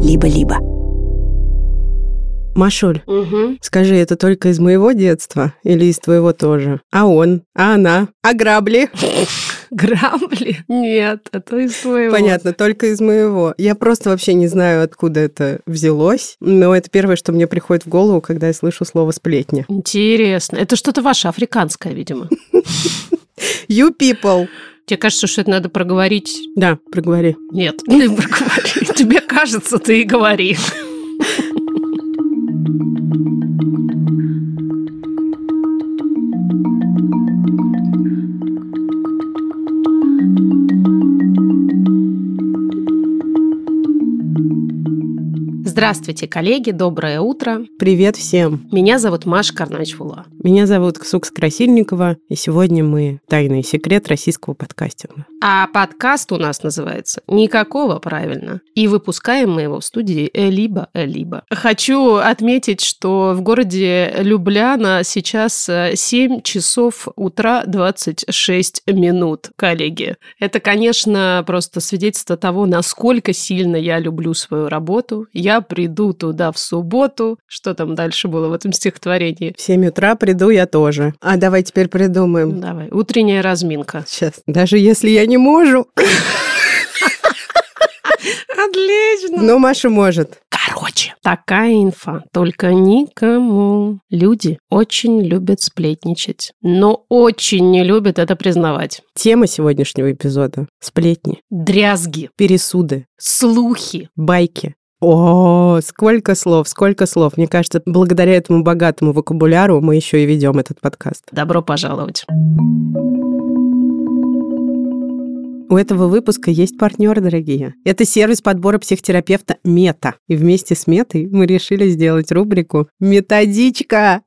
либо-либо. Машуль, скажи, это только из моего детства или из твоего тоже? А он? А она? А грабли? Грабли? Нет, это из твоего. Понятно, только из моего. Я просто вообще не знаю, откуда это взялось, но это первое, что мне приходит в голову, когда я слышу слово «сплетня». Интересно. Это что-то ваше африканское, видимо. You people. Тебе кажется, что это надо проговорить? Да, проговори. Нет, ты проговори. Тебе кажется, ты и говори. Здравствуйте, коллеги, доброе утро. Привет всем. Меня зовут Маша Карначвула. Меня зовут Ксукс Красильникова, и сегодня мы «Тайный секрет российского подкастинга». А подкаст у нас называется «Никакого, правильно». И выпускаем мы его в студии «Либо-либо». Хочу отметить, что в городе Любляна сейчас 7 часов утра 26 минут, коллеги. Это, конечно, просто свидетельство того, насколько сильно я люблю свою работу. Я приду туда в субботу. Что там дальше было в этом стихотворении? В 7 утра приду я тоже. А давай теперь придумаем. Давай. Утренняя разминка. Сейчас. Даже если я не могу. Отлично. Но Маша может. Короче, такая инфа. Только никому. Люди очень любят сплетничать, но очень не любят это признавать. Тема сегодняшнего эпизода – сплетни. Дрязги. Пересуды. Слухи. Байки. О, сколько слов. Мне кажется, благодаря этому богатому вокабуляру мы еще и ведем этот подкаст. Добро пожаловать. У этого выпуска есть партнер, дорогие. Это сервис подбора психотерапевта «Мета». И вместе с «Метой» мы решили сделать рубрику «Методичка».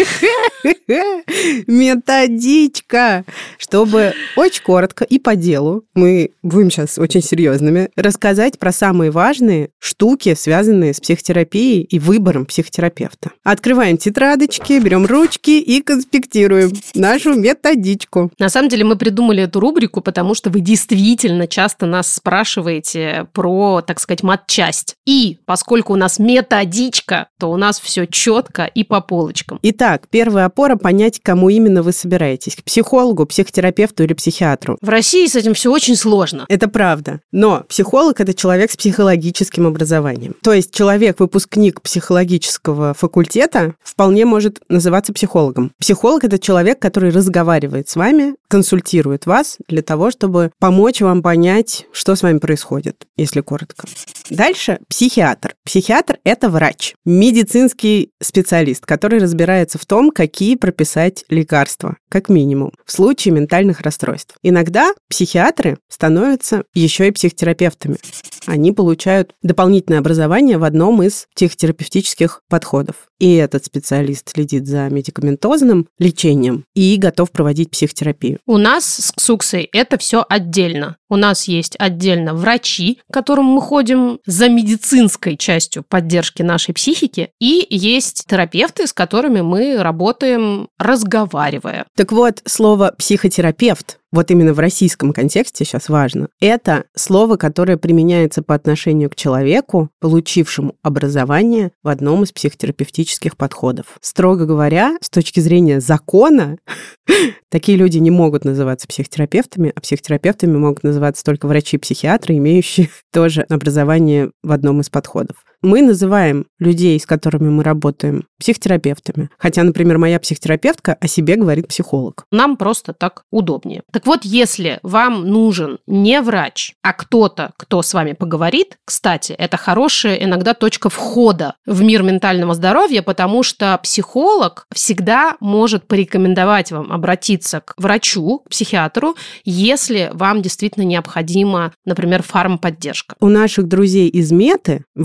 Методичка! Чтобы очень коротко и по делу, мы будем сейчас очень серьезными, рассказать про самые важные штуки, связанные с психотерапией и выбором психотерапевта. Открываем тетрадочки, берем ручки и конспектируем нашу методичку. На самом деле мы придумали эту рубрику, потому что вы действительно часто нас спрашиваете про, так сказать, матчасть. И поскольку у нас методичка, то у нас все четко и по полочкам. Итак, первая опора – понять, к кому именно вы собираетесь. К психологу, психотерапевту или психиатру. В России с этим все очень сложно. Это правда. Но психолог – это человек с психологическим образованием. То есть человек, выпускник психологического факультета, вполне может называться психологом. Психолог – это человек, который разговаривает с вами, консультирует вас для того, чтобы помочь вам понять, что с вами происходит, если коротко. Дальше психиатр. Психиатр – это врач, медицинский специалист, который разбирается в том, какие прописать лекарства, как минимум, в случае ментальных расстройств. Иногда психиатры становятся еще и психотерапевтами. Они получают дополнительное образование в одном из психотерапевтических подходов. И этот специалист следит за медикаментозным лечением и готов проводить психотерапию. У нас с Ксуксой это все отдельно. У нас есть отдельно врачи, к которым мы ходим за медицинской частью поддержки нашей психики, и есть терапевты, с которыми мы работаем, разговаривая. Так вот, слово «психотерапевт», вот именно в российском контексте сейчас важно, это слово, которое применяется по отношению к человеку, получившему образование в одном из психотерапевтических подходов. Строго говоря, с точки зрения закона, такие люди не могут называться психотерапевтами, а психотерапевтами могут называться только врачи-психиатры, имеющие тоже образование в одном из подходов. Мы называем людей, с которыми мы работаем, психотерапевтами. Хотя, например, моя психотерапевтка о себе говорит психолог. Нам просто так удобнее. Так вот, если вам нужен не врач, а кто-то, кто с вами поговорит, кстати, это хорошая иногда точка входа в мир ментального здоровья, потому что психолог всегда может порекомендовать вам обратиться к врачу, к психиатру, если вам действительно необходима, например, фармподдержка. У наших друзей из Меты в их сервисе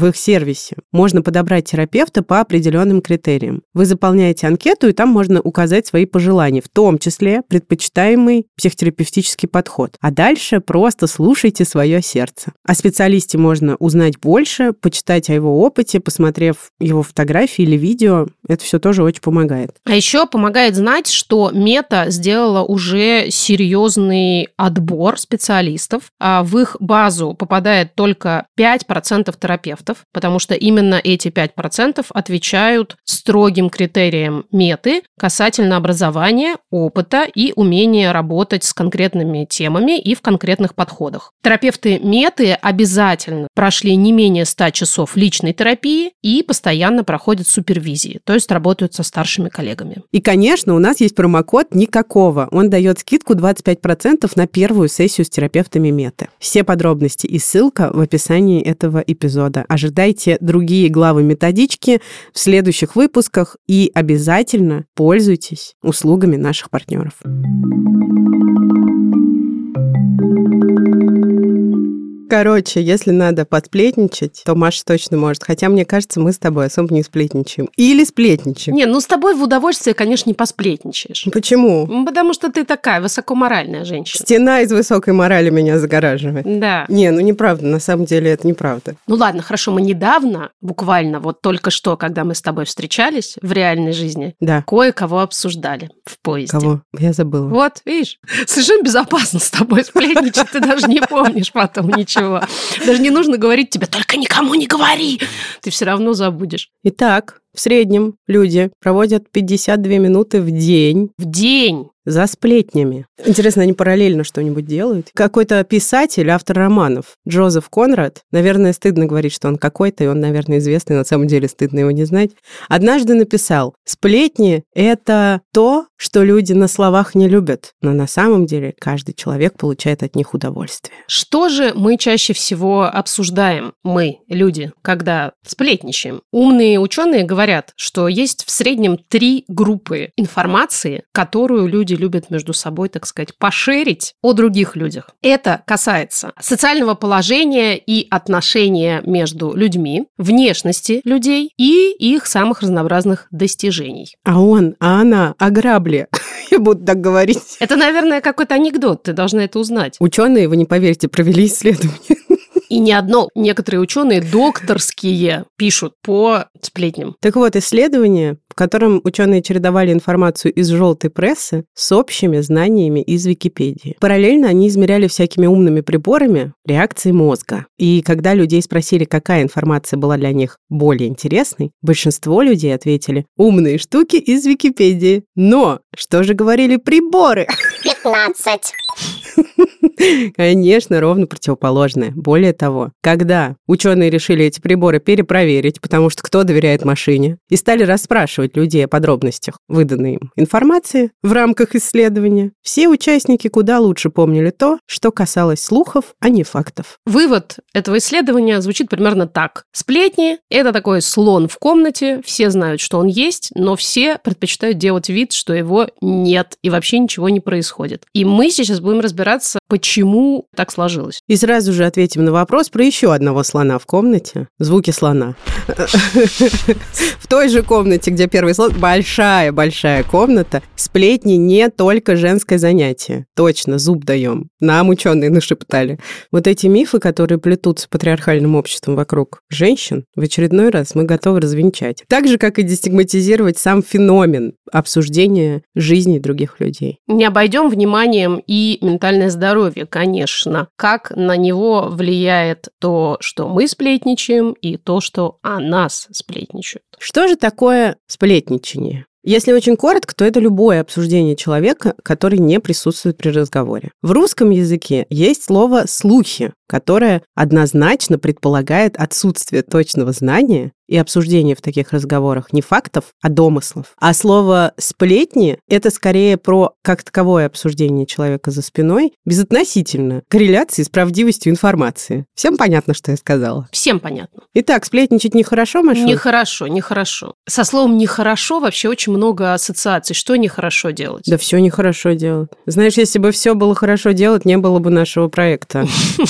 сервисе можно подобрать терапевта по определенным критериям. Вы заполняете анкету, и там можно указать свои пожелания, в том числе предпочитаемый психотерапевтический подход. А дальше просто слушайте свое сердце. О специалисте можно узнать больше, почитать о его опыте, посмотрев его фотографии или видео. Это все тоже очень помогает. А еще помогает знать, что Мета сделала уже серьезный отбор специалистов. А в их базу попадает только 5% терапевтов, потому что именно эти 5% отвечают строгим критериям Меты касательно образования, опыта и умения работать с конкретными темами и в конкретных подходах. Терапевты Меты обязательно прошли не менее 100 часов личной терапии и постоянно проходят супервизии, то есть работают со старшими коллегами. И, конечно, у нас есть промокод «Никакого». Он дает скидку 25% на первую сессию с терапевтами Меты. Все подробности и ссылка в описании этого эпизода. Ожидайте другие главы методички в следующих выпусках и обязательно пользуйтесь услугами наших партнеров. Короче, если надо подсплетничать, то Маша точно может. Хотя, мне кажется, мы с тобой особо не сплетничаем. Или сплетничаем. Не, ну с тобой в удовольствие, конечно, не посплетничаешь. Почему? Потому что ты такая высокоморальная женщина. Стена из высокой морали меня загораживает. Да. Не, ну неправда, на самом деле это неправда. Ну ладно, хорошо, мы недавно, буквально вот только что, когда мы с тобой встречались в реальной жизни, да, кое-кого обсуждали в поезде. Кого? Я забыла. Вот, видишь, совершенно безопасно с тобой сплетничать, ты даже не помнишь потом ничего. Даже не нужно говорить тебе, только никому не говори. Ты все равно забудешь. Итак, в среднем люди проводят 52 минуты в день. В день? За сплетнями. Интересно, они параллельно что-нибудь делают? Какой-то писатель, автор романов, Джозеф Конрад, наверное, стыдно говорить, что он какой-то, и он, наверное, известный, на самом деле стыдно его не знать, однажды написал: «Сплетни – это то, что люди на словах не любят, но на самом деле каждый человек получает от них удовольствие». Что же мы чаще всего обсуждаем, мы, люди, когда сплетничаем? Умные ученые говорят, что есть в среднем 3 группы информации, которую люди любят между собой, так сказать, пошерить о других людях. Это касается социального положения и отношения между людьми, внешности людей и их самых разнообразных достижений. А он, а она, о грабле. Я буду так говорить. Это, наверное, какой-то анекдот, ты должна это узнать. Ученые, вы не поверите, провели исследование. И не одно. Некоторые ученые докторские пишут по сплетням. Так вот, исследование, в котором ученые чередовали информацию из желтой прессы с общими знаниями из Википедии. Параллельно они измеряли всякими умными приборами реакции мозга. И когда людей спросили, какая информация была для них более интересной, большинство людей ответили: умные штуки из Википедии. Но что же говорили приборы? 15. Конечно, ровно противоположное. Более того, когда ученые решили эти приборы перепроверить, потому что кто доверяет машине, и стали расспрашивать людей о подробностях выданной им информации в рамках исследования, все участники куда лучше помнили то, что касалось слухов, а не фактов. Вывод этого исследования звучит примерно так. Сплетни – это такой слон в комнате, все знают, что он есть, но все предпочитают делать вид, что его нет, и вообще ничего не происходит. И мы сейчас будем разбираться, почему так сложилось. И сразу же ответим на вопрос про еще одного слона в комнате. Звуки слона. В той же комнате, где первый слон, большая-большая комната. Сплетни не только женское занятие. Точно, зуб даем. Нам ученые нашептали. Вот эти мифы, которые плетутся патриархальным обществом вокруг женщин, в очередной раз мы готовы развенчать. Так же, как и дестигматизировать сам феномен обсуждения жизни других людей. Не обойдем вниманием и ментальное здоровье, конечно. Как на него влияет то, что мы сплетничаем, и то, что о нас сплетничают. Что же такое сплетничание? Если очень коротко, то это любое обсуждение человека, который не присутствует при разговоре. В русском языке есть слово «слухи», которое однозначно предполагает отсутствие точного знания и обсуждения в таких разговорах не фактов, а домыслов. А слово «сплетни» — это скорее про как таковое обсуждение человека за спиной, безотносительно корреляции с правдивостью информации. Всем понятно, что я сказала? Всем понятно. Итак, сплетничать нехорошо, Маша? Нехорошо, нехорошо. Со словом «нехорошо» вообще очень много ассоциаций. Что нехорошо делать? Да все нехорошо делать. Знаешь, если бы все было хорошо делать, не было бы нашего проекта.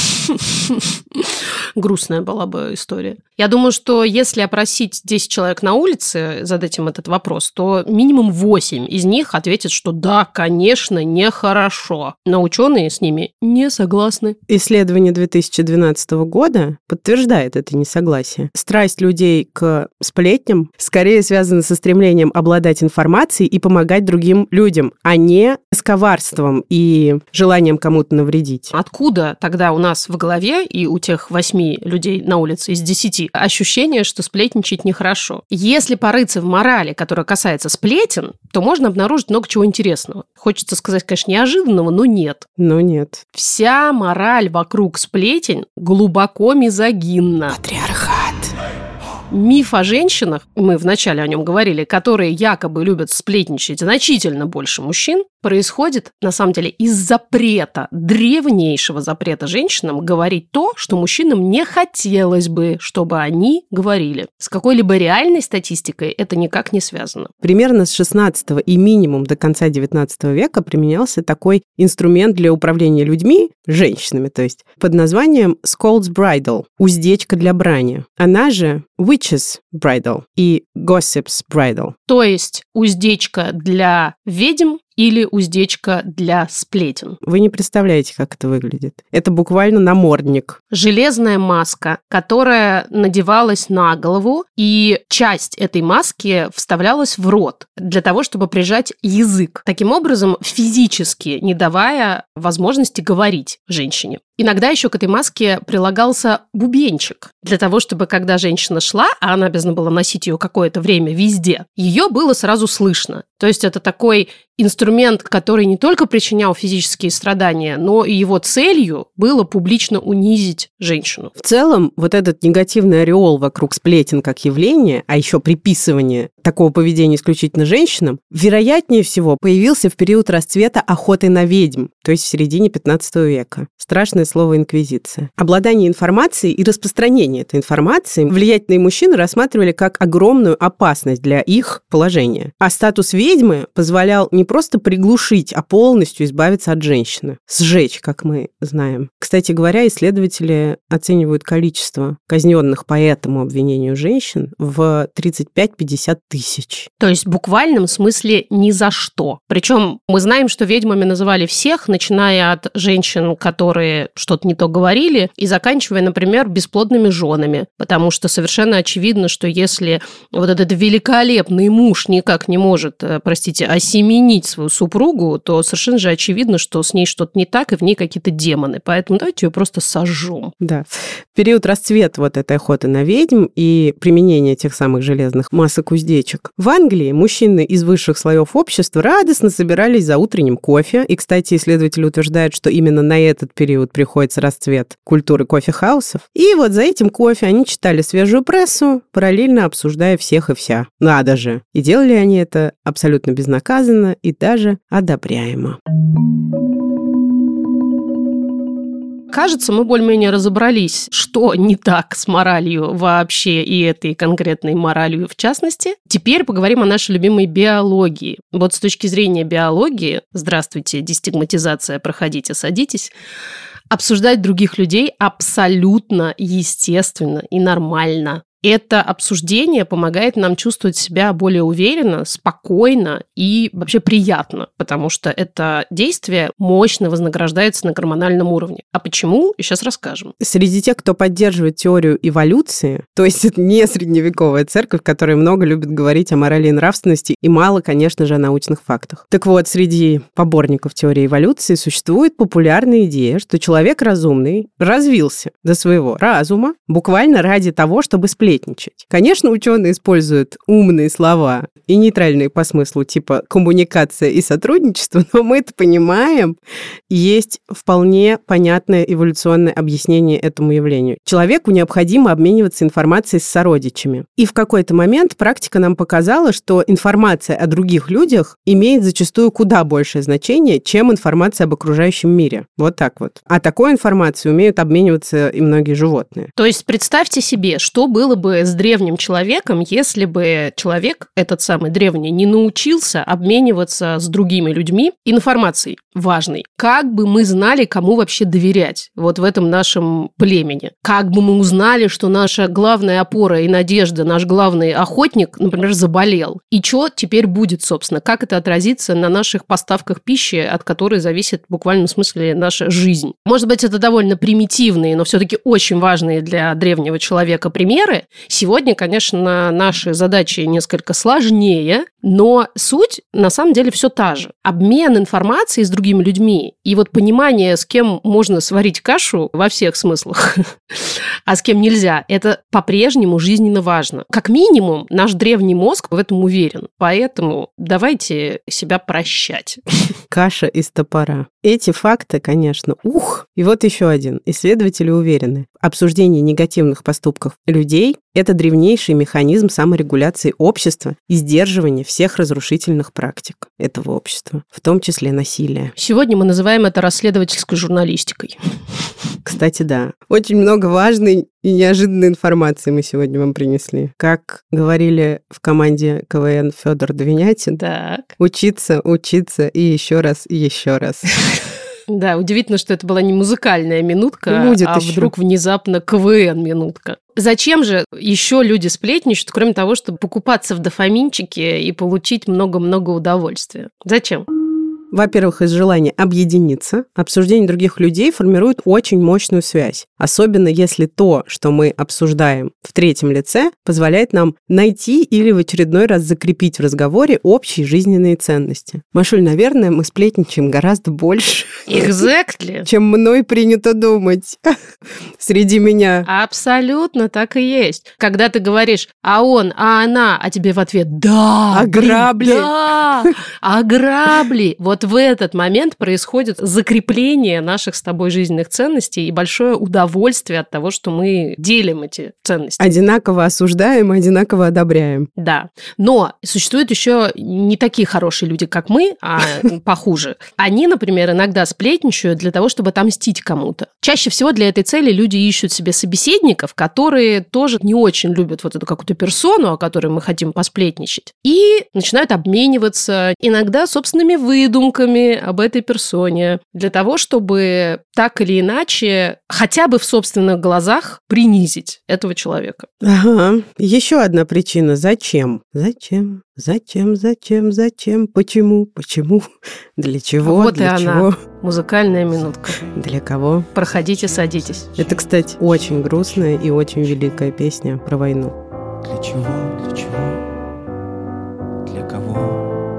Грустная была бы история. Я думаю, что если опросить 10 человек на улице, задать им этот вопрос, то минимум 8 из них ответят, что да, конечно, нехорошо. Но ученые с ними не согласны. Исследование 2012 года подтверждает это несогласие. Страсть людей к сплетням скорее связана со стремлением обладать информацией и помогать другим людям, а не с коварством и желанием кому-то навредить. Откуда тогда у нас в голове и у тех 8 людей на улице из 10 ощущение, что сплетничать нехорошо? Если порыться в морали, которая касается сплетен, то можно обнаружить много чего интересного. Хочется сказать, конечно, неожиданного, но нет. Но нет. Вся мораль вокруг сплетен глубоко мизогинна. Патриархат. Миф о женщинах, мы вначале о нем говорили, которые якобы любят сплетничать значительно больше мужчин, происходит, на самом деле, из запрета, древнейшего запрета женщинам говорить то, что мужчинам не хотелось бы, чтобы они говорили. С какой-либо реальной статистикой это никак не связано. Примерно с 16 и минимум до конца 19 века применялся такой инструмент для управления людьми, женщинами, то есть, под названием Scold's Bridle, уздечка для брани. Она же Witch's Bridle и Gossip's Bridle. То есть уздечка для ведьм или уздечка для сплетен. Вы не представляете, как это выглядит. Это буквально намордник. Железная маска, которая надевалась на голову, и часть этой маски вставлялась в рот для того, чтобы прижать язык. Таким образом, физически не давая возможности говорить женщине. Иногда еще к этой маске прилагался бубенчик, для того, чтобы, когда женщина шла, а она обязана была носить ее какое-то время везде, ее было сразу слышно. То есть это такой инструмент, который не только причинял физические страдания, но и его целью было публично унизить женщину. В целом, вот этот негативный ореол вокруг сплетен как явление, а еще приписывание такого поведения исключительно женщинам, вероятнее всего появился в период расцвета охоты на ведьм, то есть в середине 15 века. Страшное слово «инквизиция». Обладание информацией и распространение этой информации влиятельные мужчины рассматривали как огромную опасность для их положения. А статус ведьмы позволял не просто приглушить, а полностью избавиться от женщины. Сжечь, как мы знаем. Кстати говоря, исследователи оценивают количество казненных по этому обвинению женщин в 35-50 тысяч. То есть в буквальном смысле ни за что. Причем мы знаем, что ведьмами называли всех, начиная от женщин, которые что-то не то говорили, и заканчивая, например, бесплодными женами. Потому что совершенно очевидно, что если вот этот великолепный муж никак не может, простите, осеменить свою супругу, то совершенно же очевидно, что с ней что-то не так, и в ней какие-то демоны. Поэтому давайте ее просто сожжем. Да. В период расцвета вот этой охоты на ведьм и применения тех самых железных масок-уздечек, в Англии мужчины из высших слоев общества радостно собирались за утренним кофе. И, кстати, исследователи утверждают, что именно на этот период приходится расцвет культуры кофе-хаусов. И вот за этим кофе они читали свежую прессу, параллельно обсуждая всех и вся. Надо же! И делали они это абсолютно безнаказанно и даже одобряемо. Кажется, мы более-менее разобрались, что не так с моралью вообще и этой конкретной моралью в частности. Теперь поговорим о нашей любимой биологии. Вот с точки зрения биологии, здравствуйте, дестигматизация, проходите, садитесь, обсуждать других людей абсолютно естественно и нормально. Это обсуждение помогает нам чувствовать себя более уверенно, спокойно и вообще приятно, потому что это действие мощно вознаграждается на гормональном уровне. А почему? Сейчас расскажем. Среди тех, кто поддерживает теорию эволюции, то есть это не средневековая церковь, которая много любит говорить о морали и нравственности и мало, конечно же, о научных фактах. Так вот, среди поборников теории эволюции существует популярная идея, что человек разумный развился до своего разума буквально ради того, чтобы сплетничать. сплетничать. Конечно, ученые используют умные слова и нейтральные по смыслу, типа коммуникация и сотрудничество, но мы-то понимаем, есть вполне понятное эволюционное объяснение этому явлению. Человеку необходимо обмениваться информацией с сородичами. И в какой-то момент практика нам показала, что информация о других людях имеет зачастую куда большее значение, чем информация об окружающем мире. Вот так вот. А такой информацией умеют обмениваться и многие животные. То есть представьте себе, что было бы с древним человеком, если бы человек, этот самый древний, не научился обмениваться с другими людьми информацией важной. Как бы мы знали, кому вообще доверять вот в этом нашем племени? Как бы мы узнали, что наша главная опора и надежда, наш главный охотник, например, заболел? И что теперь будет, собственно? Как это отразится на наших поставках пищи, от которой зависит в буквальном смысле наша жизнь? Может быть, это довольно примитивные, но все-таки очень важные для древнего человека примеры. Сегодня, конечно, наши задачи несколько сложнее, но суть на самом деле все та же. Обмен информацией с другими людьми и вот понимание, с кем можно сварить кашу во всех смыслах, а с кем нельзя, это по-прежнему жизненно важно. Как минимум, наш древний мозг в этом уверен. Поэтому давайте себя прощать. Каша из топора. Эти факты, конечно, И вот еще один. Исследователи уверены, обсуждение негативных поступков людей – это древнейший механизм саморегуляции общества и сдерживания всех разрушительных практик этого общества, в том числе насилия. Сегодня мы называем это расследовательской журналистикой. Кстати, да. Очень много важной и неожиданной информации мы сегодня вам принесли. Как говорили в команде КВН Федор Двинятин, учиться, учиться и еще раз, и еще раз. Да, удивительно, что это была не музыкальная минутка, вдруг внезапно КВН-минутка. Зачем же еще люди сплетничают, кроме того, чтобы покупаться в дофаминчике и получить много-много удовольствия? Зачем? Во-первых, из желания объединиться. Обсуждение других людей формирует очень мощную связь. Особенно если то, что мы обсуждаем в третьем лице, позволяет нам найти или в очередной раз закрепить в разговоре общие жизненные ценности. Машуль, наверное, мы сплетничаем гораздо больше, чем мной принято думать среди меня. Абсолютно так и есть. Когда ты говоришь «а он», «а она», а тебе в ответ «да», ограбли. «да», ограбли. Вот в этот момент происходит закрепление наших с тобой жизненных ценностей и большое удовольствие от того, что мы делим эти ценности. Одинаково осуждаем, одинаково одобряем. Да. Но существуют еще не такие хорошие люди, как мы, а похуже. Они, например, иногда сплетничают для того, чтобы отомстить кому-то. Чаще всего для этой цели люди ищут себе собеседников, которые тоже не очень любят вот эту какую-то персону, о которой мы хотим посплетничать, и начинают обмениваться иногда собственными выдумками об этой персоне для того, чтобы так или иначе хотя бы в собственных глазах принизить этого человека. Ага. Еще одна причина. Зачем? Зачем? Почему? Для чего? Вот для и чего? она. Музыкальная минутка. Для кого? Проходите, садитесь. Это, кстати, очень грустная и очень великая песня про войну. Для чего? Для чего? Для кого?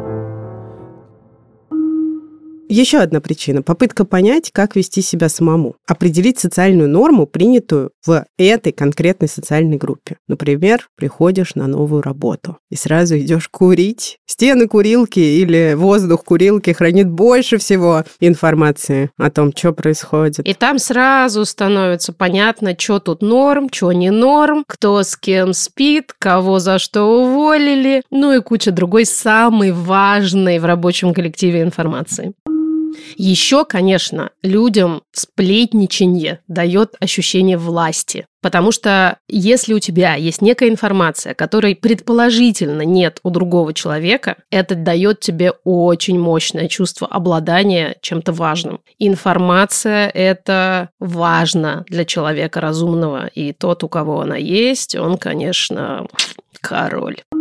Еще одна причина – попытка понять, как вести себя самому. Определить социальную норму, принятую в этой конкретной социальной группе. Например, приходишь на новую работу и сразу идешь курить. Стены курилки или воздух курилки хранит больше всего информации о том, что происходит. И там сразу становится понятно, что тут норм, что не норм, кто с кем спит, кого за что уволили, ну и куча другой самой важной в рабочем коллективе информации. Еще, конечно, людям сплетничанье дает ощущение власти. Потому что если у тебя есть некая информация, которой предположительно нет у другого человека, это дает тебе очень мощное чувство обладания чем-то важным. Информация – это важно для человека разумного. И тот, у кого она есть, он, конечно, король.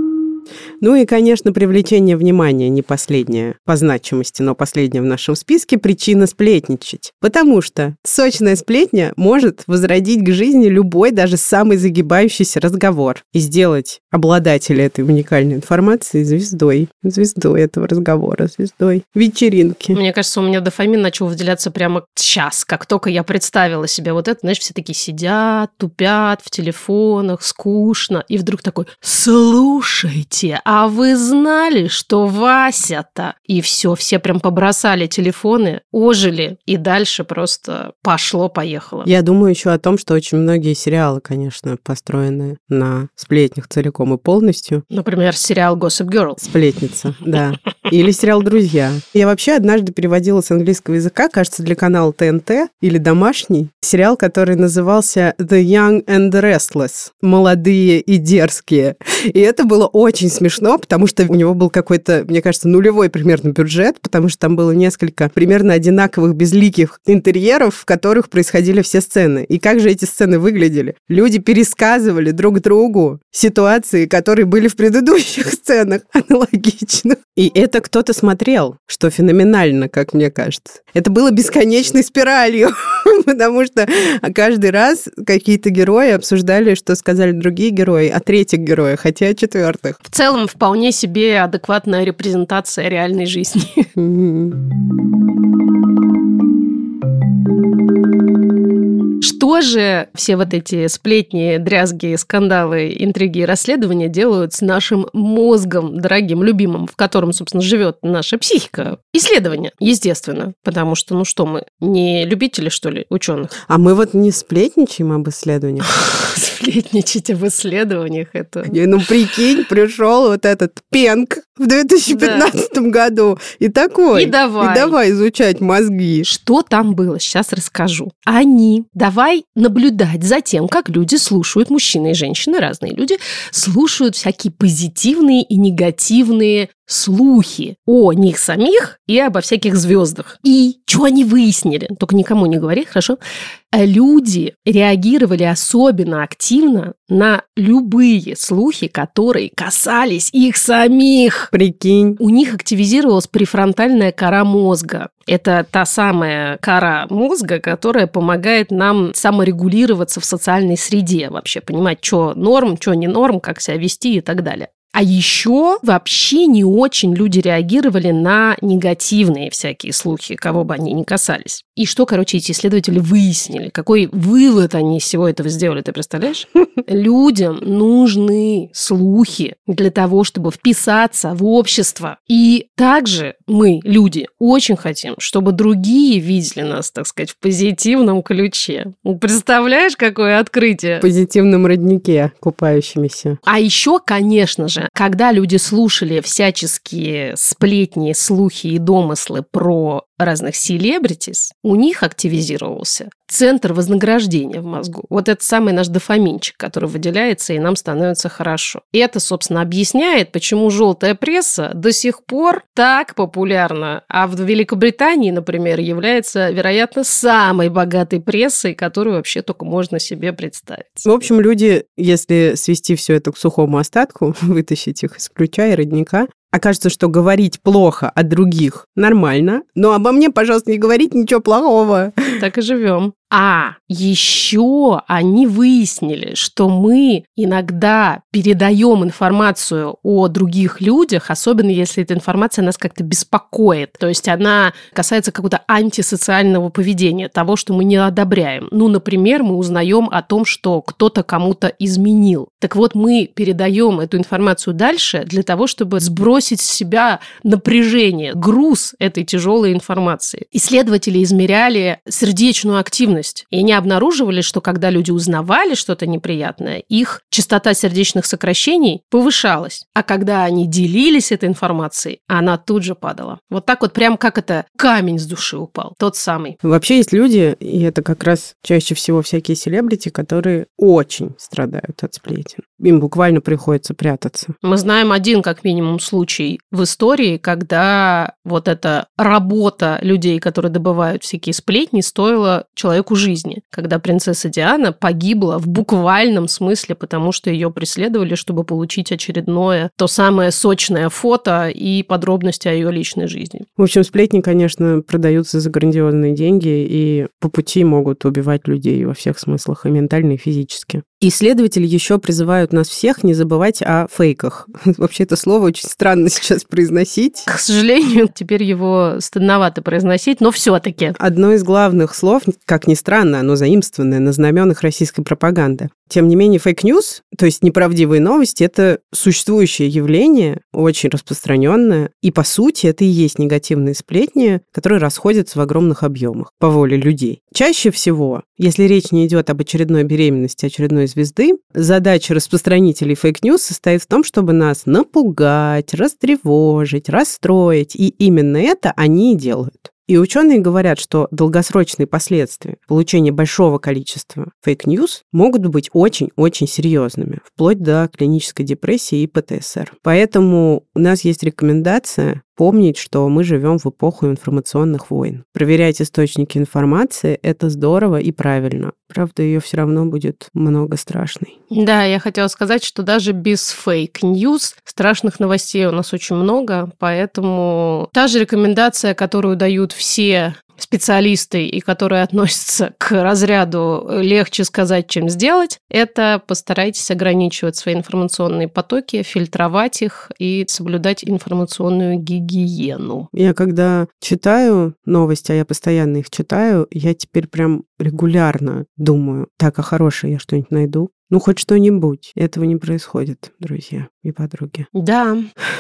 Ну и, конечно, привлечение внимания не последнее по значимости, но последнее в нашем списке – причина сплетничать. Потому что сочная сплетня может возродить к жизни любой, даже самый загибающийся разговор и сделать обладателя этой уникальной информации звездой этого разговора, звездой вечеринки. Мне кажется, у меня дофамин начал выделяться прямо сейчас, как только я представила себе вот это, знаешь, все такие сидят, тупят в телефонах, скучно, и вдруг такой: слушайте, а вы знали, что Вася-то? И все прям побросали телефоны, ожили, и дальше просто пошло-поехало. Я думаю еще о том, что очень многие сериалы, конечно, построены на сплетнях целиком и полностью. Например, сериал Gossip Girl. Сплетница, да. Или сериал «Друзья». Я вообще однажды переводила с английского языка, кажется, для канала ТНТ или «Домашний», сериал, который назывался «The Young and the Restless» – «Молодые и дерзкие». И это было очень смешно, потому что у него был какой-то, мне кажется, нулевой примерно бюджет, потому что там было несколько примерно одинаковых безликих интерьеров, в которых происходили все сцены. И как же эти сцены выглядели? Люди пересказывали друг другу ситуации, которые были в предыдущих сценах аналогичных. И это кто-то смотрел, что феноменально, как мне кажется. Это было бесконечной спиралью, потому что каждый раз какие-то герои обсуждали, что сказали другие герои о третьих героях, хотя о четвертых. В целом, вполне себе адекватная репрезентация реальной жизни. Что же все вот эти сплетни, дрязги, скандалы, интриги и расследования делают с нашим мозгом, дорогим, любимым, в котором, собственно, живет наша психика? Исследования, естественно. Потому что, ну что мы, не любители, что ли, ученых? А мы вот не сплетничаем об исследованиях? Сплетничать об исследованиях — это... Ну, прикинь, пришел вот этот Пенк в 2015 году и такой. И давай изучать мозги. Что там было? Сейчас расскажу. Давай наблюдать за тем, как люди слушают, мужчины и женщины, разные люди, слушают всякие позитивные и негативные слухи о них самих и обо всяких звездах. И что они выяснили? Только никому не говори, хорошо? Люди реагировали особенно активно на любые слухи, которые касались их самих. Прикинь. У них активизировалась префронтальная кора мозга. Это та самая кора мозга, которая помогает нам саморегулироваться в социальной среде, вообще понимать, что норм, что не норм, как себя вести и так далее. А еще вообще не очень люди реагировали на негативные всякие слухи, кого бы они ни касались. И что, короче, эти исследователи выяснили? Какой вывод они из всего этого сделали, ты представляешь? Людям нужны слухи для того, чтобы вписаться в общество. И также мы, люди, очень хотим, чтобы другие видели нас, так сказать, в позитивном ключе. Представляешь, какое открытие? В позитивном роднике купающимися. А еще, конечно же, когда люди слушали всяческие сплетни, слухи и домыслы про разных селебритис, у них активизировался центр вознаграждения в мозгу. Вот это самый наш дофаминчик, который выделяется, и нам становится хорошо. И это, собственно, объясняет, почему желтая пресса до сих пор так популярна, а в Великобритании, например, является, вероятно, самой богатой прессой, которую вообще только можно себе представить. В общем, люди, если свести все это к сухому остатку, вытащить их из ключа и родника, окажется, что говорить плохо о других нормально, но обо мне, пожалуйста, не говорите ничего плохого. Так и живем. А еще они выяснили, что мы иногда передаем информацию о других людях, особенно если эта информация нас как-то беспокоит. То есть она касается какого-то антисоциального поведения, того, что мы не одобряем. Ну, например, мы узнаем о том, что кто-то кому-то изменил. Так вот, мы передаем эту информацию дальше для того, чтобы сбросить с себя напряжение, груз этой тяжелой информации. Исследователи измеряли сердечную активность. И они обнаруживали, что когда люди узнавали что-то неприятное, их частота сердечных сокращений повышалась. А когда они делились этой информацией, она тут же падала. Вот так вот прям как это камень с души упал. Тот самый. Вообще есть люди, и это как раз чаще всего всякие селебрити, которые очень страдают от сплетен. им буквально приходится прятаться. Мы знаем один, как минимум, случай в истории, когда вот эта работа людей, которые добывают всякие сплетни, стоила человеку жизни. Когда принцесса Диана погибла в буквальном смысле, потому что ее преследовали, чтобы получить очередное, то самое сочное фото и подробности о ее личной жизни. В общем, сплетни, конечно, продаются за грандиозные деньги и по пути могут убивать людей во всех смыслах, и ментально, и физически. Исследователи еще призывают нас всех не забывать о фейках. Вообще, это слово очень странно сейчас произносить. К сожалению, теперь его стыдновато произносить, но все-таки. Одно из главных слов, как ни странно, оно заимствованное на знаменах российской пропаганды. Тем не менее, фейк-ньюс, то есть неправдивые новости, это существующее явление, очень распространенное, и, по сути, это и есть негативные сплетни, которые расходятся в огромных объемах по воле людей. Чаще всего, если речь не идет об очередной беременности очередной звезды, задача распространителей фейк-ньюс состоит в том, чтобы нас напугать, растревожить, расстроить, и именно это они и делают. И ученые говорят, что долгосрочные последствия получения большого количества фейк-ньюс могут быть очень-очень серьезными, вплоть до клинической депрессии и ПТСР. Поэтому у нас есть рекомендация помнить, что мы живем в эпоху информационных войн. Проверять источники информации – это здорово и правильно. Правда, ее все равно будет много страшной. Да, я хотела сказать, что даже без фейк-ньюс страшных новостей у нас очень много, поэтому та же рекомендация, которую дают все специалисты и которые относятся к разряду «легче сказать, чем сделать», это постарайтесь ограничивать свои информационные потоки, фильтровать их и соблюдать информационную гигиену. Я когда читаю новости, а я постоянно их читаю, я теперь прям регулярно думаю, так, а хорошее я что-нибудь найду? Ну, хоть что-нибудь. Этого не происходит, друзья и подруги. Да.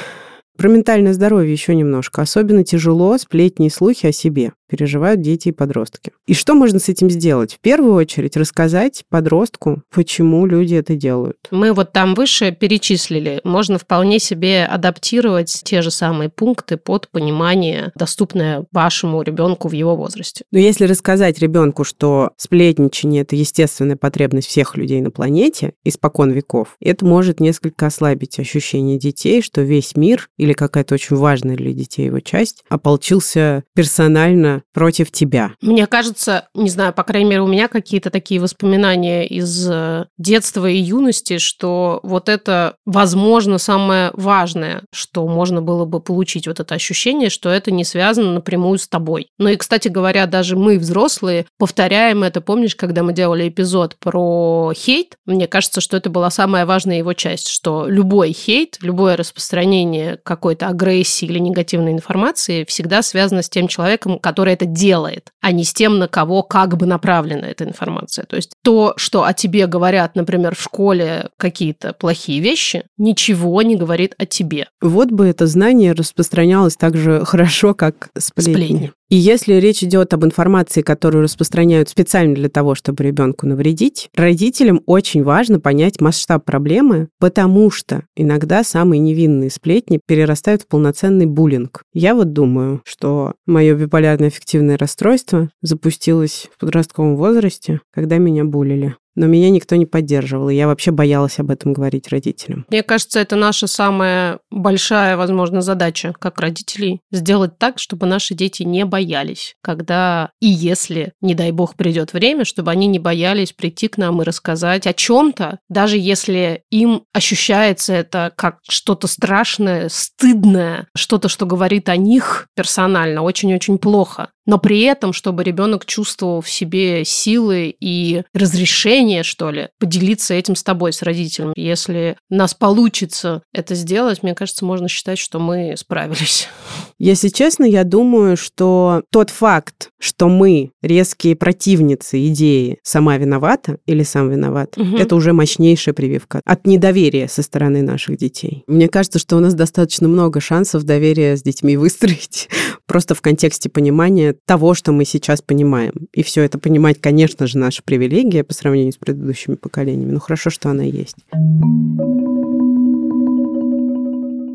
Про ментальное здоровье еще немножко. Особенно тяжело сплетни и слухи о себе переживают дети и подростки. И что можно с этим сделать? В первую очередь рассказать подростку, почему люди это делают. Мы вот там выше перечислили. Можно вполне себе адаптировать те же самые пункты под понимание, доступное вашему ребенку в его возрасте. Но если рассказать ребенку, что сплетничание – это естественная потребность всех людей на планете испокон веков, это может несколько ослабить ощущение детей, что весь мир или какая-то очень важная для детей его часть ополчился персонально против тебя. Мне кажется, не знаю, по крайней мере, у меня какие-то такие воспоминания из детства и юности, что вот это, возможно, самое важное, что можно было бы получить, вот это ощущение, что это не связано напрямую с тобой. Ну и, кстати говоря, даже мы, взрослые, повторяем это. Помнишь, когда мы делали эпизод про хейт? Мне кажется, что это была самая важная его часть, что любой хейт, любое распространение какой-то агрессии или негативной информации всегда связано с тем человеком, который это делает, а не с тем, на кого как бы направлена эта информация. То есть то, что о тебе говорят, например, в школе какие-то плохие вещи, ничего не говорит о тебе. Вот бы это знание распространялось так же хорошо, как сплетни. И если речь идет об информации, которую распространяют специально для того, чтобы ребенку навредить, родителям очень важно понять масштаб проблемы, потому что иногда самые невинные сплетни перерастают в полноценный буллинг. Я вот думаю, что мое биполярное аффективное расстройство запустилось в подростковом возрасте, когда меня буллили. Но меня никто не поддерживал, и я вообще боялась об этом говорить родителям. Мне кажется, это наша самая большая, возможно, задача как родителей – сделать так, чтобы наши дети не боялись, когда и если, не дай бог, придет время, чтобы они не боялись прийти к нам и рассказать о чем-то, даже если им ощущается это как что-то страшное, стыдное, что-то, что говорит о них персонально, очень-очень плохо. Но при этом, чтобы ребенок чувствовал в себе силы и разрешение, что ли, поделиться этим с тобой, с родителем. Если у нас получится это сделать, мне кажется, можно считать, что мы справились. Если честно, я думаю, что тот факт, что мы резкие противницы идеи «сама виновата» или «сам виноват», это уже мощнейшая прививка от недоверия со стороны наших детей. Мне кажется, что у нас достаточно много шансов доверия с детьми выстроить просто в контексте понимания того, что мы сейчас понимаем. И все это понимать, конечно же, наша привилегия по сравнению с предыдущими поколениями. Но хорошо, что она есть.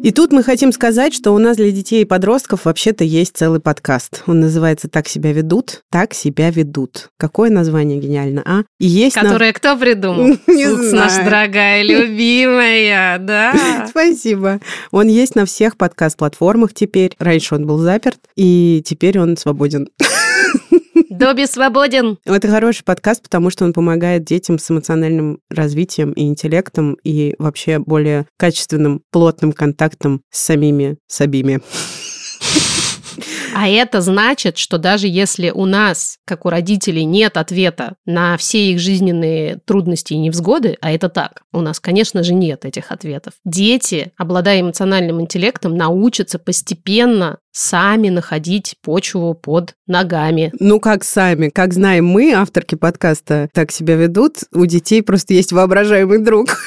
И тут мы хотим сказать, что у нас для детей и подростков вообще-то есть целый подкаст. Он называется «Так себя ведут». «Так себя ведут». Какое название гениально, а? И есть Которое кто придумал? Не Сукс знаю. наша дорогая, любимая, да. Спасибо. Он есть на всех подкаст-платформах теперь. Раньше он был заперт, и теперь он свободен. Добби свободен. Это хороший подкаст, потому что он помогает детям с эмоциональным развитием и интеллектом, и вообще более качественным, плотным контактом с самими собими. А это значит, что даже если у нас, как у родителей, нет ответа на все их жизненные трудности и невзгоды, а это так, у нас, конечно же, нет этих ответов, дети, обладая эмоциональным интеллектом, научатся постепенно сами находить почву под ногами. Ну, как сами. Как знаем мы, авторки подкаста «Так себя ведут», у детей просто есть воображаемый друг.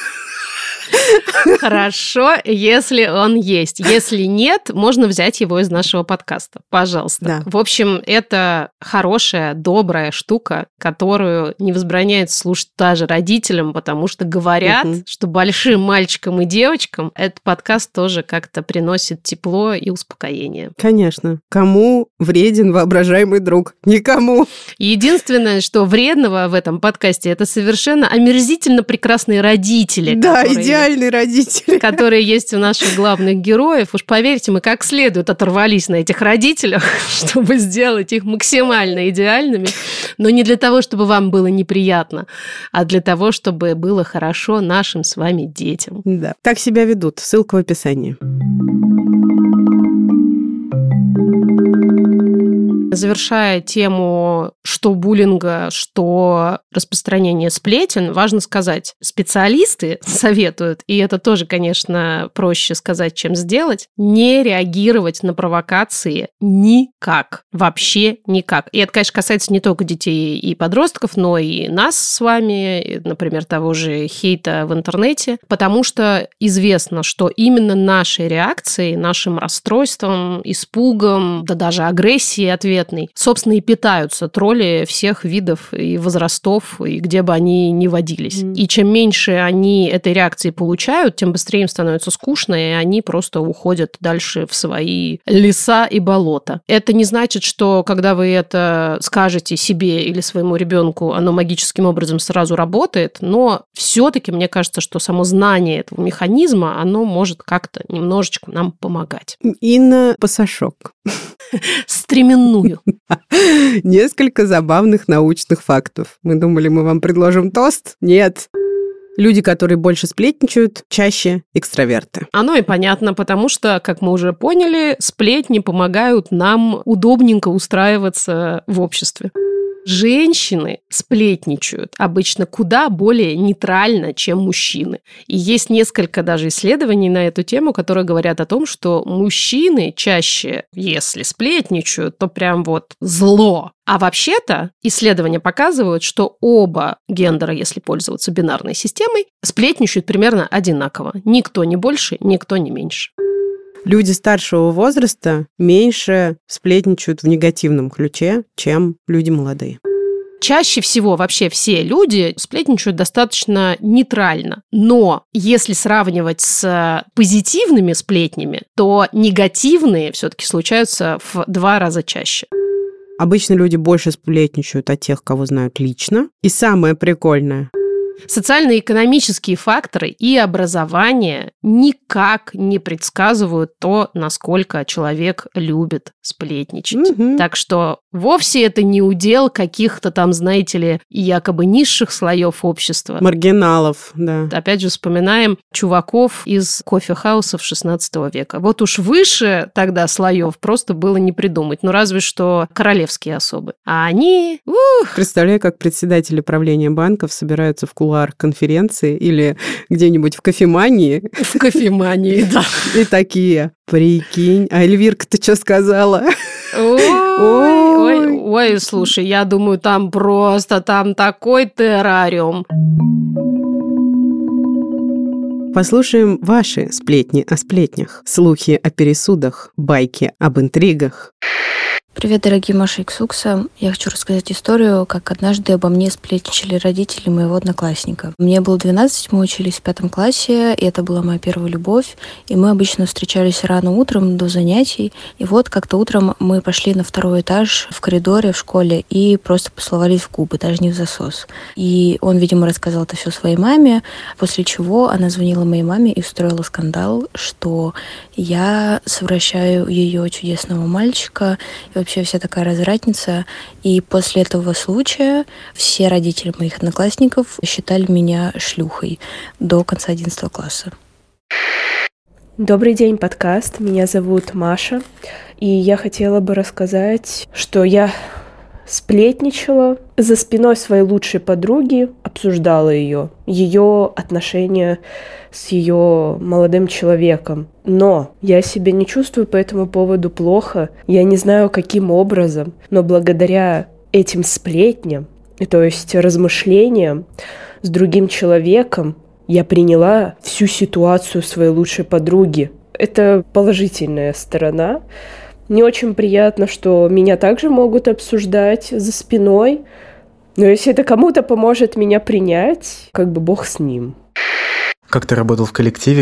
Хорошо, если он есть. Если нет, можно взять его из нашего подкаста. Пожалуйста. Да. В общем, это хорошая, добрая штука, которую не возбраняется слушать даже родителям, потому что говорят, что большим мальчикам и девочкам этот подкаст тоже как-то приносит тепло и успокоение. Конечно. Кому вреден воображаемый друг? Никому. Единственное, что вредного в этом подкасте, это совершенно омерзительно прекрасные родители. Да, идеальные родители. Которые есть у наших главных героев. Уж поверьте, мы как следует оторвались на этих родителях, чтобы сделать их максимально идеальными. Но не для того, чтобы вам было неприятно, а для того, чтобы было хорошо нашим с вами детям. Да. Так себя ведут. Ссылка в описании. Завершая тему что буллинга, что распространения сплетен, важно сказать, специалисты советуют, и это тоже, конечно, проще сказать, чем сделать, не реагировать на провокации никак, вообще никак. И это, конечно, касается не только детей и подростков, но и нас с вами, например, того же хейта в интернете, потому что известно, что именно наши реакции, нашим расстройством, испугом, да даже агрессией ответной, собственно, и питаются тролли всех видов и возрастов, и где бы они ни водились. И чем меньше они этой реакции получают, тем быстрее им становится скучно, и они просто уходят дальше в свои леса и болота. Это не значит, что когда вы это скажете себе или своему ребенку, оно магическим образом сразу работает, но все-таки мне кажется, что само знание этого механизма, оно может как-то немножечко нам помогать. Инна Пасашок. Стременную. Несколько забавных научных фактов. Мы думали, мы вам предложим тост. Нет. Люди, которые больше сплетничают, чаще экстраверты. Оно и понятно, потому что, как мы уже поняли, сплетни помогают нам удобненько устраиваться в обществе. Женщины сплетничают обычно куда более нейтрально, чем мужчины. И есть несколько даже исследований на эту тему, которые говорят о том, что мужчины чаще, если сплетничают, то прям вот зло. А вообще-то исследования показывают, что оба гендера, если пользоваться бинарной системой, сплетничают примерно одинаково. Никто не больше, никто не меньше. Люди старшего возраста меньше сплетничают в негативном ключе, чем люди молодые. Чаще всего вообще все люди сплетничают достаточно нейтрально. Но если сравнивать с позитивными сплетнями, то негативные все-таки случаются в 2 раза чаще. Обычно люди больше сплетничают о тех, кого знают лично. И самое прикольное – социально-экономические факторы и образование никак не предсказывают то, насколько человек любит сплетничать. Так что вовсе это не удел каких-то там, знаете ли, якобы низших слоев общества. Маргиналов, да. Опять же, вспоминаем чуваков из кофе-хаусов 16 века. Вот уж выше тогда слоев просто было не придумать. Ну, разве что королевские особы. А они... Представляю, как председатели правления банков собираются в кулуар конференции или где-нибудь в кофемании. В кофемании, да. И такие: прикинь, а Эльвирка-то что сказала? Ой, слушай, я думаю, там такой террариум. Послушаем ваши сплетни о сплетнях, слухи о пересудах, байки об интригах. Привет, дорогие Маша и Ксукса. Я хочу рассказать историю, как однажды обо мне сплетничали родители моего одноклассника. Мне было 12, мы учились в 5 классе, и это была моя первая любовь. И мы обычно встречались рано утром до занятий. И вот как-то утром мы пошли на 2-й этаж в коридоре в школе и просто поцеловались в губы, даже не в засос. И он, видимо, рассказал это все своей маме, после чего она звонила моей маме и устроила скандал, что я совращаю ее чудесного мальчика, и вообще вся такая развратница. И после этого случая все родители моих одноклассников считали меня шлюхой до конца 11 класса. Добрый день, подкаст. Меня зовут Маша. И я хотела бы рассказать, что я сплетничала за спиной своей лучшей подруги, обсуждала ее отношения с ее молодым человеком. Но я себя не чувствую по этому поводу плохо. Я не знаю, каким образом, но благодаря этим сплетням, то есть размышлениям с другим человеком, я приняла всю ситуацию своей лучшей подруги. Это положительная сторона. Мне очень приятно, что меня также могут обсуждать за спиной. Но если это кому-то поможет меня принять, как бы бог с ним. Как-то работал в коллективе,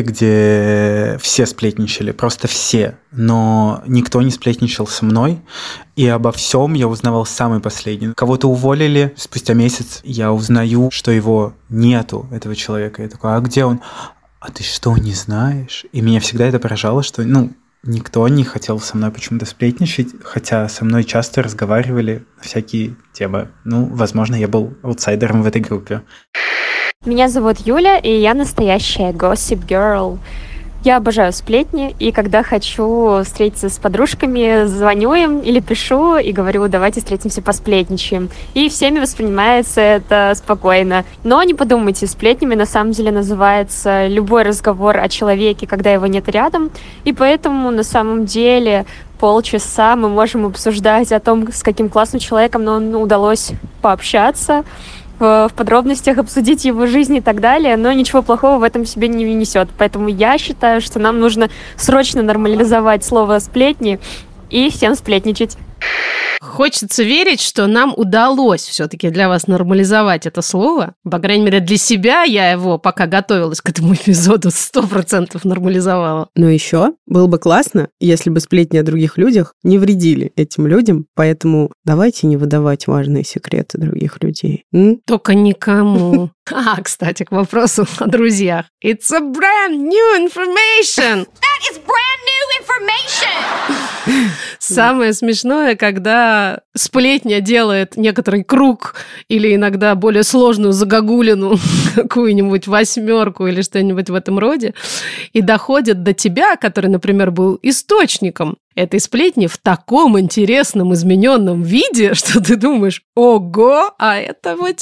где все сплетничали, просто все, но никто не сплетничал со мной, и обо всем я узнавал самый последний. Кого-то уволили, спустя месяц я узнаю, что его нету, этого человека. Я такой, а где он? А ты что, не знаешь? И меня всегда это поражало, что, никто не хотел со мной почему-то сплетничать, хотя со мной часто разговаривали на всякие темы. Возможно, я был аутсайдером в этой группе. Меня зовут Юля, и я настоящая Gossip Girl. Я обожаю сплетни, и когда хочу встретиться с подружками, звоню им или пишу и говорю, давайте встретимся, посплетничаем. И всеми воспринимается это спокойно. Но не подумайте, сплетнями на самом деле называется любой разговор о человеке, когда его нет рядом. И поэтому на самом деле полчаса мы можем обсуждать о том, с каким классным человеком нам удалось пообщаться, в подробностях обсудить его жизнь и так далее, но ничего плохого в этом себе не несет. Поэтому я считаю, что нам нужно срочно нормализовать слово «сплетни» и всем сплетничать. Хочется верить, что нам удалось все-таки для вас нормализовать это слово. По крайней мере, для себя я его, пока готовилась к этому эпизоду, 100% нормализовала. Но еще было бы классно, если бы сплетни о других людях не вредили этим людям, поэтому давайте не выдавать важные секреты других людей. Только никому. Кстати, к вопросу о друзьях. It's a brand new information! That is brand new information! Самое смешное, когда сплетня делает некоторый круг или иногда более сложную загогулину, какую-нибудь 8 или что-нибудь в этом роде, и доходит до тебя, который, например, был источником этой сплетни в таком интересном измененном виде, что ты думаешь, ого, а это вот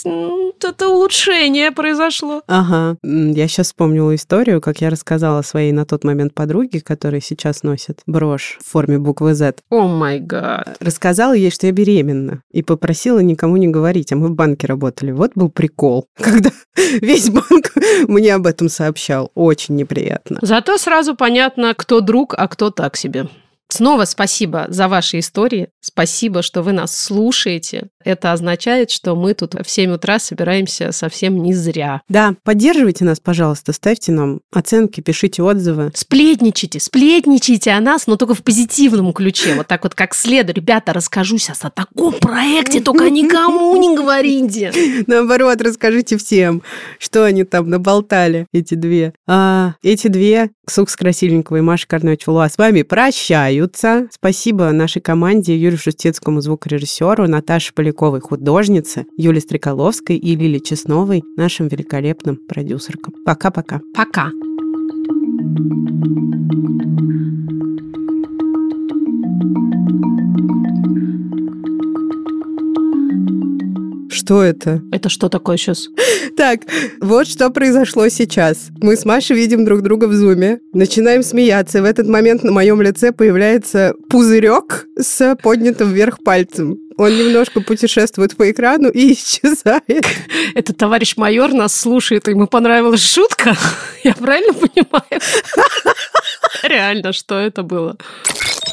это улучшение произошло. Ага, я сейчас вспомнила историю, как я рассказала своей на тот момент подруге, которая сейчас носит брошь в форме буквы Z. О май гад. Рассказала ей, что я беременна, и попросила никому не говорить, а мы в банке работали. Вот был прикол, когда весь банк мне об этом сообщал. Очень неприятно. Зато сразу понятно, кто друг, а кто так себе. Снова спасибо за ваши истории. Спасибо, что вы нас слушаете. Это означает, что мы тут в 7 утра собираемся совсем не зря. Да, поддерживайте нас, пожалуйста, ставьте нам оценки, пишите отзывы. Сплетничайте о нас, но только в позитивном ключе. Вот так вот как следует. Ребята, расскажу сейчас о таком проекте, только никому не говорите. Наоборот, расскажите всем, что они там наболтали, эти две. Эти две, Ксукс Красильникова и Маша Карнович-Валуа, с вами прощаются. Спасибо нашей команде, Юрию Шустецкому, звукорежиссеру, Наташе Поляковой, художнице, Юле Стрекаловской и Лиле Чесновой, нашим великолепным продюсеркам. Пока-пока. Пока. Что это? Это что такое сейчас? Так, вот что произошло сейчас. Мы с Машей видим друг друга в зуме, начинаем смеяться, и в этот момент на моем лице появляется пузырек с поднятым вверх пальцем. Он немножко путешествует по экрану и исчезает. Этот товарищ майор нас слушает, и ему понравилась шутка? Я правильно понимаю? Реально, что это было?